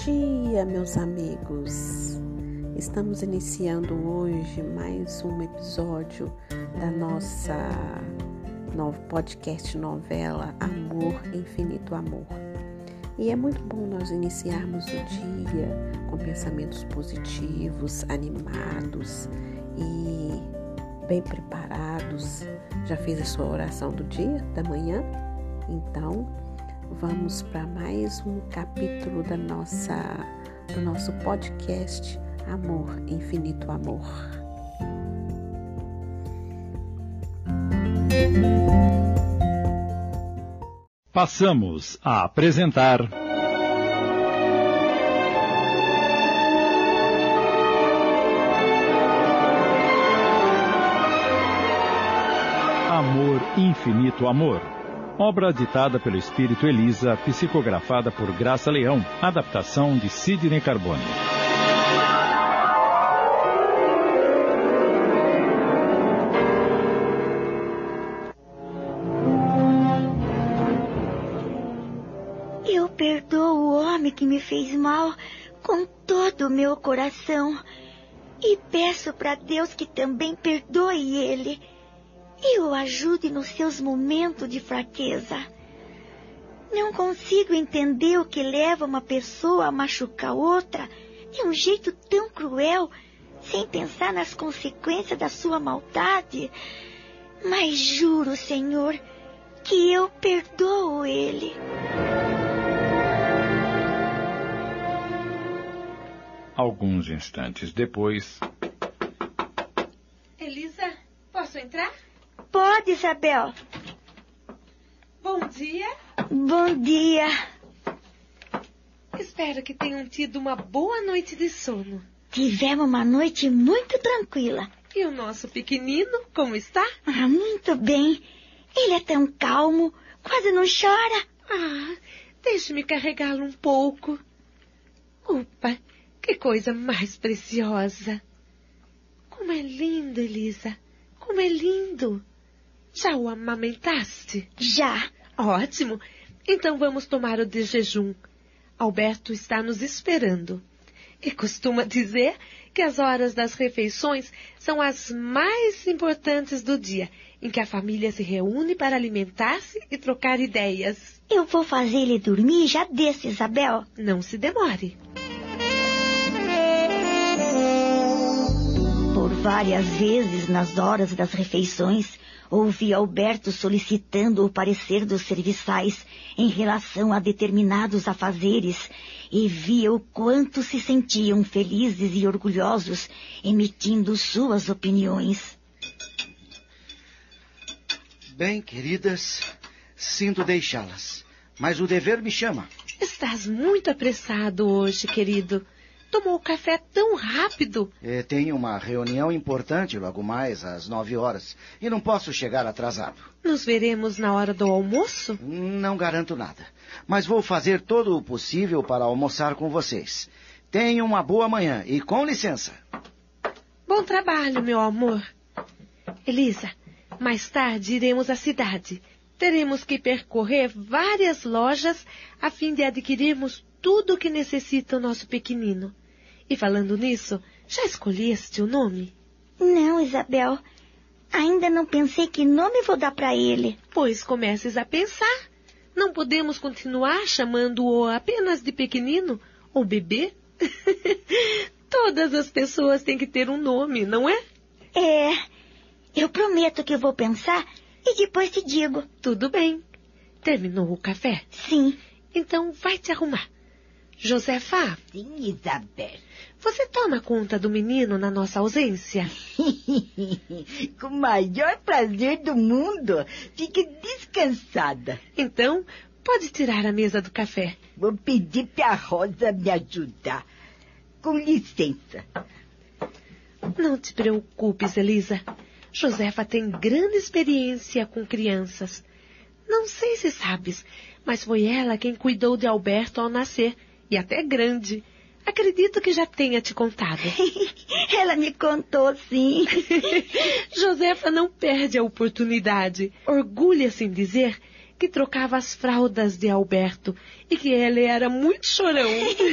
dia, meus amigos! Estamos iniciando hoje mais um episódio da nossa podcast novela Amor, Infinito Amor. E é muito bom nós iniciarmos o dia com pensamentos positivos, animados e bem preparados. Já fez a sua oração do dia, da manhã? Então, vamos para mais um capítulo do nosso podcast Amor, Infinito Amor. Passamos a apresentar Amor, Infinito Amor. Obra ditada pelo Espírito Elisa, psicografada por Graça Leão, adaptação de Sidney Carbone. Eu perdoo o homem que me fez mal com todo o meu coração e peço para Deus que também perdoe ele e o ajude nos seus momentos de fraqueza. Não consigo entender o que leva uma pessoa a machucar outra de um jeito tão cruel, sem pensar nas consequências da sua maldade. Mas juro, Senhor, que eu perdoo ele. Alguns instantes depois... Elisa, posso entrar? Pode, Isabel. Bom dia. Bom dia. Espero que tenham tido uma boa noite de sono. Tivemos uma noite muito tranquila. E o nosso pequenino, como está? Muito bem. Ele é tão calmo, quase não chora. Deixe-me carregá-lo um pouco. Opa, que coisa mais preciosa. Como é lindo, Elisa. Como é lindo. Já o amamentaste? Já. Ótimo. Então vamos tomar o de jejum. Alberto está nos esperando. E costuma dizer que as horas das refeições são as mais importantes do dia, em que a família se reúne para alimentar-se e trocar ideias. Eu vou fazer ele dormir já desce, Isabel. Não se demore. Por várias vezes, nas horas das refeições, ouvi Alberto solicitando o parecer dos serviçais em relação a determinados afazeres e via o quanto se sentiam felizes e orgulhosos emitindo suas opiniões. Bem, queridas, sinto deixá-las, mas o dever me chama. Estás muito apressado hoje, querido. Tomou o café tão rápido. Tenho uma reunião importante logo mais às 9h e não posso chegar atrasado. Nos veremos na hora do almoço? Não garanto nada, mas vou fazer todo o possível para almoçar com vocês. Tenham uma boa manhã e com licença. Bom trabalho, meu amor. Elisa, mais tarde iremos à cidade. Teremos que percorrer várias lojas a fim de adquirirmos tudo o que necessita o nosso pequenino. E falando nisso, já escolheste o nome? Não, Isabel. Ainda não pensei que nome vou dar para ele. Pois comeces a pensar. Não podemos continuar chamando-o apenas de pequenino ou bebê? Todas as pessoas têm que ter um nome, não é? Eu prometo que vou pensar e depois te digo. Tudo bem. Terminou o café? Sim. Então vai te arrumar. Josefa? Sim, Isabel. Você toma conta do menino na nossa ausência? Com o maior prazer do mundo. Fique descansada. Então, pode tirar a mesa do café. Vou pedir para a Rosa me ajudar. Com licença. Não te preocupes, Elisa. Josefa tem grande experiência com crianças. Não sei se sabes, mas foi ela quem cuidou de Alberto ao nascer. E até grande. Acredito que já tenha te contado. Ela me contou, sim. Josefa não perde a oportunidade. Orgulha-se em dizer que trocava as fraldas de Alberto e que ele era muito chorão.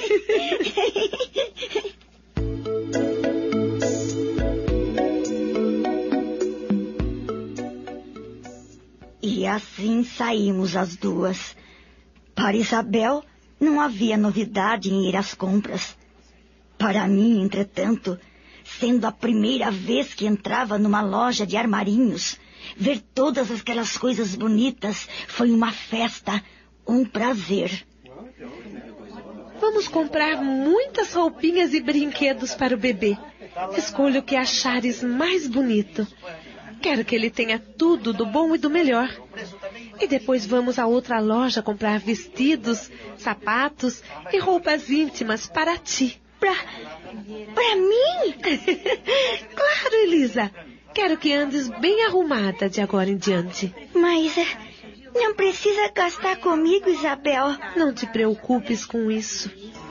E assim saímos as duas. Para Isabel, não havia novidade em ir às compras. Para mim, entretanto, sendo a primeira vez que entrava numa loja de armarinhos, ver todas aquelas coisas bonitas foi uma festa, um prazer. Vamos comprar muitas roupinhas e brinquedos para o bebê. Escolha o que achares mais bonito. Quero que ele tenha tudo do bom e do melhor. E depois vamos a outra loja comprar vestidos, sapatos e roupas íntimas para ti. Pra mim? Claro, Elisa. Quero que andes bem arrumada de agora em diante. Mas não precisa gastar comigo, Isabel. Não te preocupes com isso.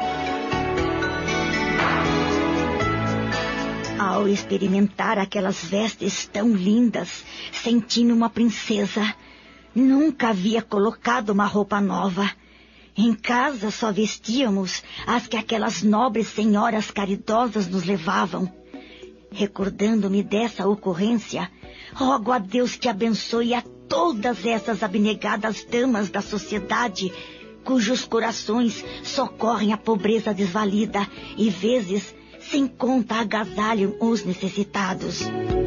Ao experimentar aquelas vestes tão lindas, senti-me uma princesa. Nunca havia colocado uma roupa nova. Em casa só vestíamos as que aquelas nobres senhoras caridosas nos levavam. Recordando-me dessa ocorrência, rogo a Deus que abençoe a todas essas abnegadas damas da sociedade, cujos corações socorrem a pobreza desvalida e, vezes, sem conta agasalham os necessitados.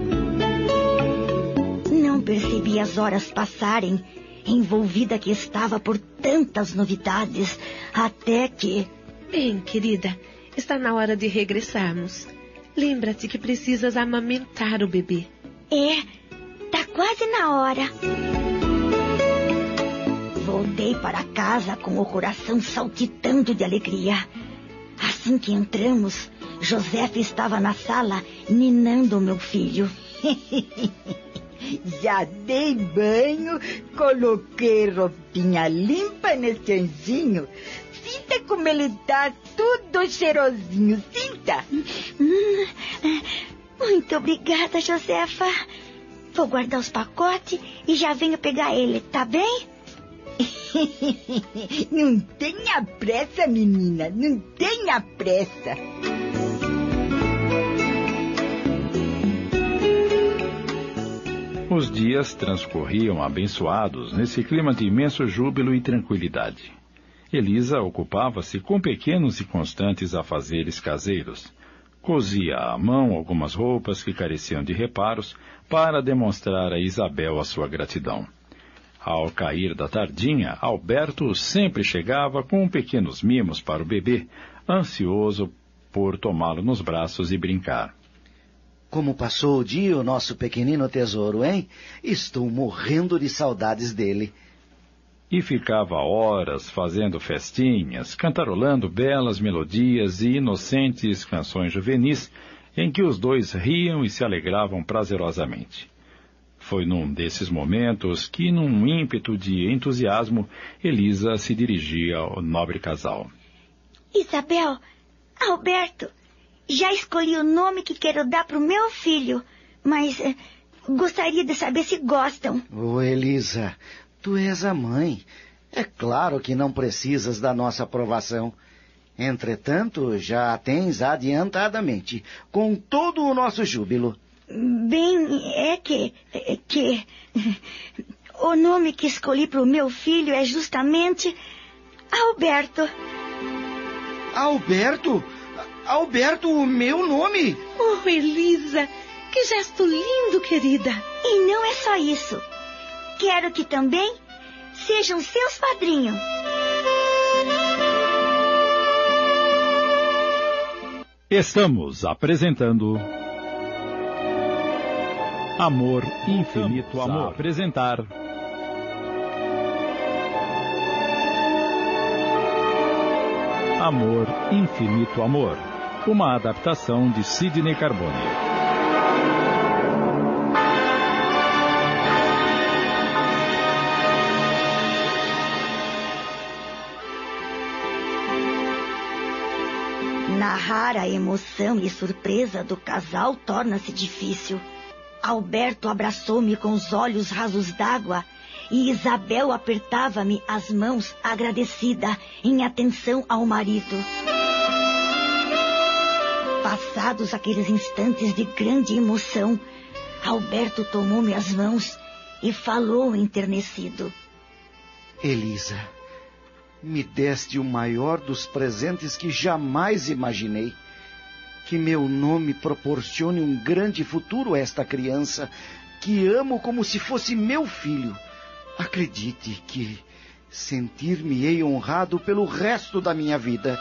Não percebi as horas passarem, envolvida que estava por tantas novidades, até que... Bem, querida, está na hora de regressarmos. Lembra-te que precisas amamentar o bebê. Tá quase na hora. Voltei para casa com o coração saltitando de alegria. Assim que entramos, Josefa estava na sala ninando o meu filho. Já dei banho, coloquei roupinha limpa nesse anjinho. Sinta como ele tá, tudo cheirosinho, sinta. Muito obrigada, Josefa. Vou guardar os pacotes e já venho pegar ele, tá bem? Não tenha pressa, menina, não tenha pressa. Os dias transcorriam abençoados nesse clima de imenso júbilo e tranquilidade. Elisa ocupava-se com pequenos e constantes afazeres caseiros. Cosia à mão algumas roupas que careciam de reparos para demonstrar a Isabel a sua gratidão. Ao cair da tardinha, Alberto sempre chegava com pequenos mimos para o bebê, ansioso por tomá-lo nos braços e brincar. Como passou o dia o nosso pequenino tesouro, hein? Estou morrendo de saudades dele. E ficava horas fazendo festinhas, cantarolando belas melodias e inocentes canções juvenis, em que os dois riam e se alegravam prazerosamente. Foi num desses momentos que, num ímpeto de entusiasmo, Elisa se dirigia ao nobre casal. Isabel, Alberto, já escolhi o nome que quero dar para o meu filho, mas gostaria de saber se gostam. Ô, Elisa, tu és a mãe. É claro que não precisas da nossa aprovação. Entretanto, já a tens adiantadamente, com todo o nosso júbilo. Bem, é que o nome que escolhi para o meu filho é justamente Alberto. Alberto? Alberto, o meu nome? Oh, Elisa, que gesto lindo, querida. E não é só isso. Quero que também sejam seus padrinhos. Estamos apresentando Amor Infinito Amor. Apresentar Amor Infinito Amor, uma adaptação de Sidney Carbone. Narrar a emoção e surpresa do casal torna-se difícil. Alberto abraçou-me com os olhos rasos d'água e Isabel apertava-me as mãos agradecida em atenção ao marido. Passados aqueles instantes de grande emoção, Alberto tomou-me as mãos e falou enternecido. Elisa, me deste o maior dos presentes que jamais imaginei. Que meu nome proporcione um grande futuro a esta criança, que amo como se fosse meu filho. Acredite que sentir-me-ei honrado pelo resto da minha vida.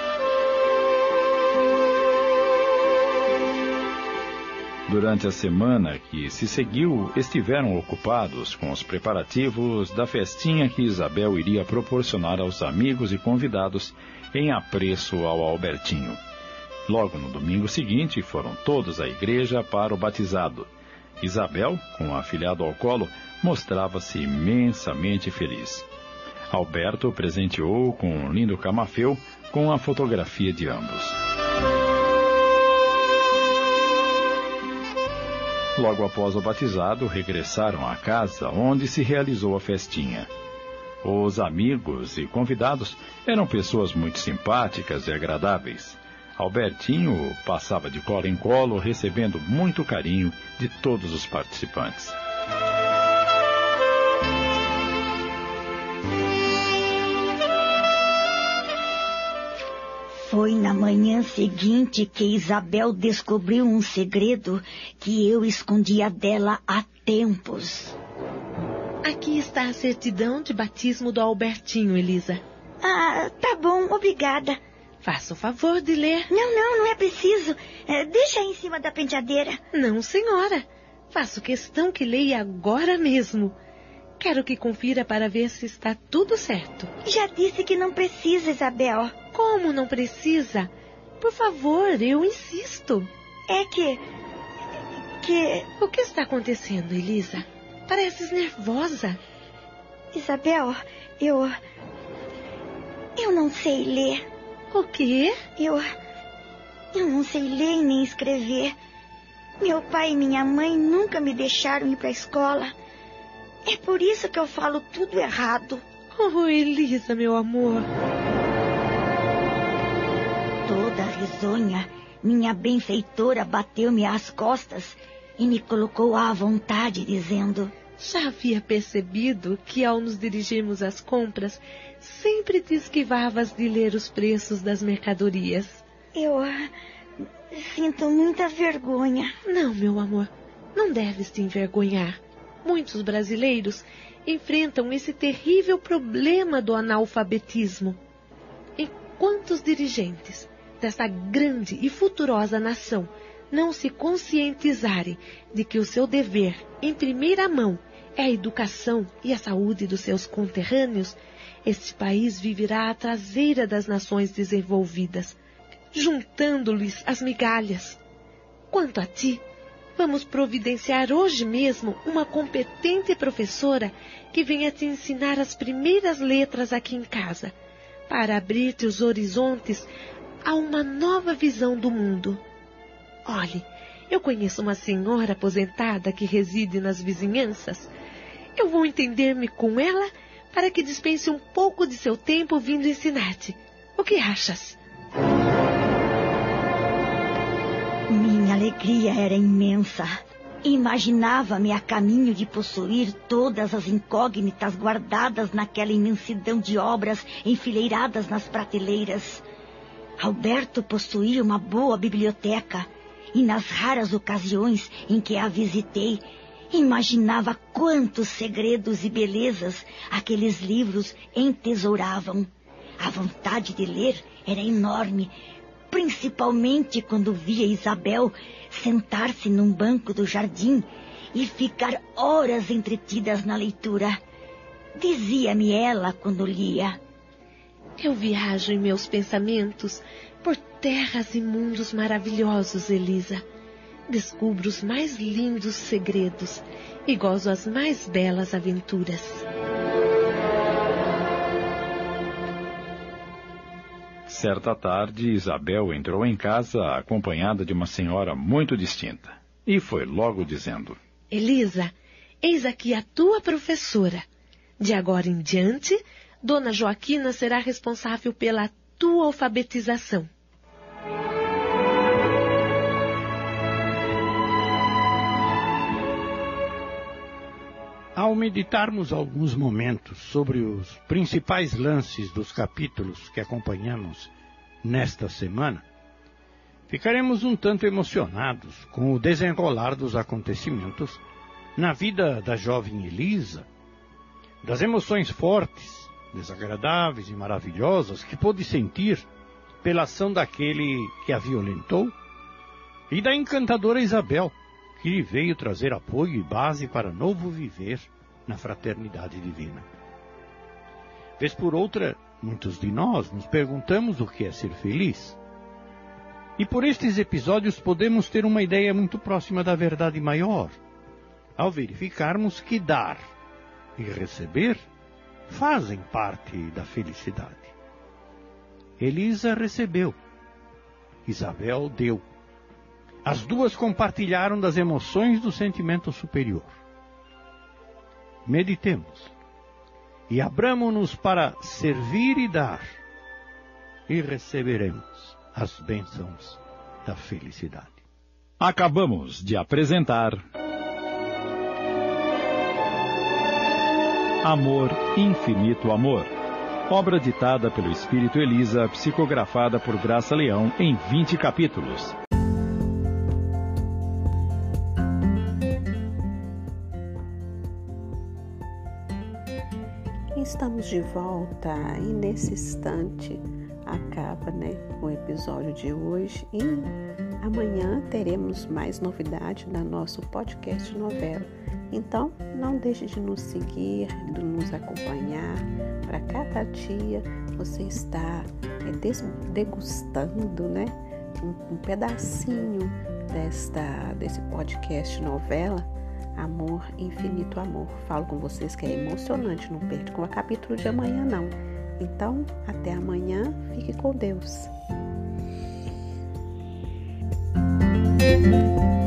Durante a semana que se seguiu, estiveram ocupados com os preparativos da festinha que Isabel iria proporcionar aos amigos e convidados em apreço ao Albertinho. Logo no domingo seguinte, foram todos à igreja para o batizado. Isabel, com o afilhado ao colo, mostrava-se imensamente feliz. Alberto presenteou com um lindo camafeu com a fotografia de ambos. Logo após o batizado, regressaram à casa onde se realizou a festinha. Os amigos e convidados eram pessoas muito simpáticas e agradáveis. Albertinho passava de colo em colo, recebendo muito carinho de todos os participantes. Foi na manhã seguinte que Isabel descobriu um segredo que eu escondia dela há tempos. Aqui está a certidão de batismo do Albertinho, Elisa. Ah, tá bom, obrigada. Faça o favor de ler. Não é preciso. Deixa aí em cima da penteadeira. Não, senhora. Faço questão que leia agora mesmo. Quero que confira para ver se está tudo certo. Já disse que não precisa, Isabel. Como não precisa? Por favor, eu insisto. É que... O que está acontecendo, Elisa? Pareces nervosa. Isabel, eu não sei ler. O quê? Eu não sei ler e nem escrever. Meu pai e minha mãe nunca me deixaram ir para a escola. É por isso que eu falo tudo errado. Oh, Elisa, meu amor. Toda risonha, minha benfeitora bateu-me às costas e me colocou à vontade, dizendo... Já havia percebido que, ao nos dirigirmos às compras, sempre te esquivavas de ler os preços das mercadorias. Eu sinto muita vergonha. Não, meu amor, não deves te envergonhar. Muitos brasileiros enfrentam esse terrível problema do analfabetismo. Enquanto os dirigentes desta grande e futurosa nação não se conscientizarem de que o seu dever, em primeira mão, é a educação e a saúde dos seus conterrâneos, este país viverá à traseira das nações desenvolvidas, juntando-lhes as migalhas. Quanto a ti, vamos providenciar hoje mesmo uma competente professora que venha te ensinar as primeiras letras aqui em casa, para abrir-te os horizontes a uma nova visão do mundo. Olhe, eu conheço uma senhora aposentada que reside nas vizinhanças. Eu vou entender-me com ela para que dispense um pouco de seu tempo vindo ensinar-te. O que achas? Minha alegria era imensa. Imaginava-me a caminho de possuir todas as incógnitas guardadas naquela imensidão de obras enfileiradas nas prateleiras. Alberto possuía uma boa biblioteca e nas raras ocasiões em que a visitei, imaginava quantos segredos e belezas aqueles livros entesouravam. A vontade de ler era enorme, principalmente quando via Isabel sentar-se num banco do jardim e ficar horas entretidas na leitura. Dizia-me ela quando lia: eu viajo em meus pensamentos por terras e mundos maravilhosos, Elisa. Descubro os mais lindos segredos e gozo as mais belas aventuras. Certa tarde, Isabel entrou em casa acompanhada de uma senhora muito distinta e foi logo dizendo: Elisa, eis aqui a tua professora. De agora em diante, Dona Joaquina será responsável pela tua alfabetização. Ao meditarmos alguns momentos sobre os principais lances dos capítulos que acompanhamos nesta semana, ficaremos um tanto emocionados com o desenrolar dos acontecimentos na vida da jovem Elisa, das emoções fortes, desagradáveis e maravilhosas que pôde sentir pela ação daquele que a violentou, e da encantadora Isabel, que lhe veio trazer apoio e base para novo viver na fraternidade divina. Vez por outra, muitos de nós nos perguntamos o que é ser feliz. E por estes episódios podemos ter uma ideia muito próxima da verdade maior, ao verificarmos que dar e receber fazem parte da felicidade. Elisa recebeu, Isabel deu. As duas compartilharam das emoções do sentimento superior. Meditemos e abramo-nos para servir e dar, e receberemos as bênçãos da felicidade. Acabamos de apresentar Amor, Infinito Amor, obra ditada pelo Espírito Elisa, psicografada por Graça Leão em 20 capítulos. Estamos de volta e nesse instante acaba, o episódio de hoje e amanhã teremos mais novidades no nosso podcast novela. Então, não deixe de nos seguir, de nos acompanhar. Para cada dia você está degustando, um pedacinho desse podcast novela Amor, Infinito Amor. Falo com vocês que é emocionante, não perca o capítulo de amanhã não. Então, até amanhã, fique com Deus.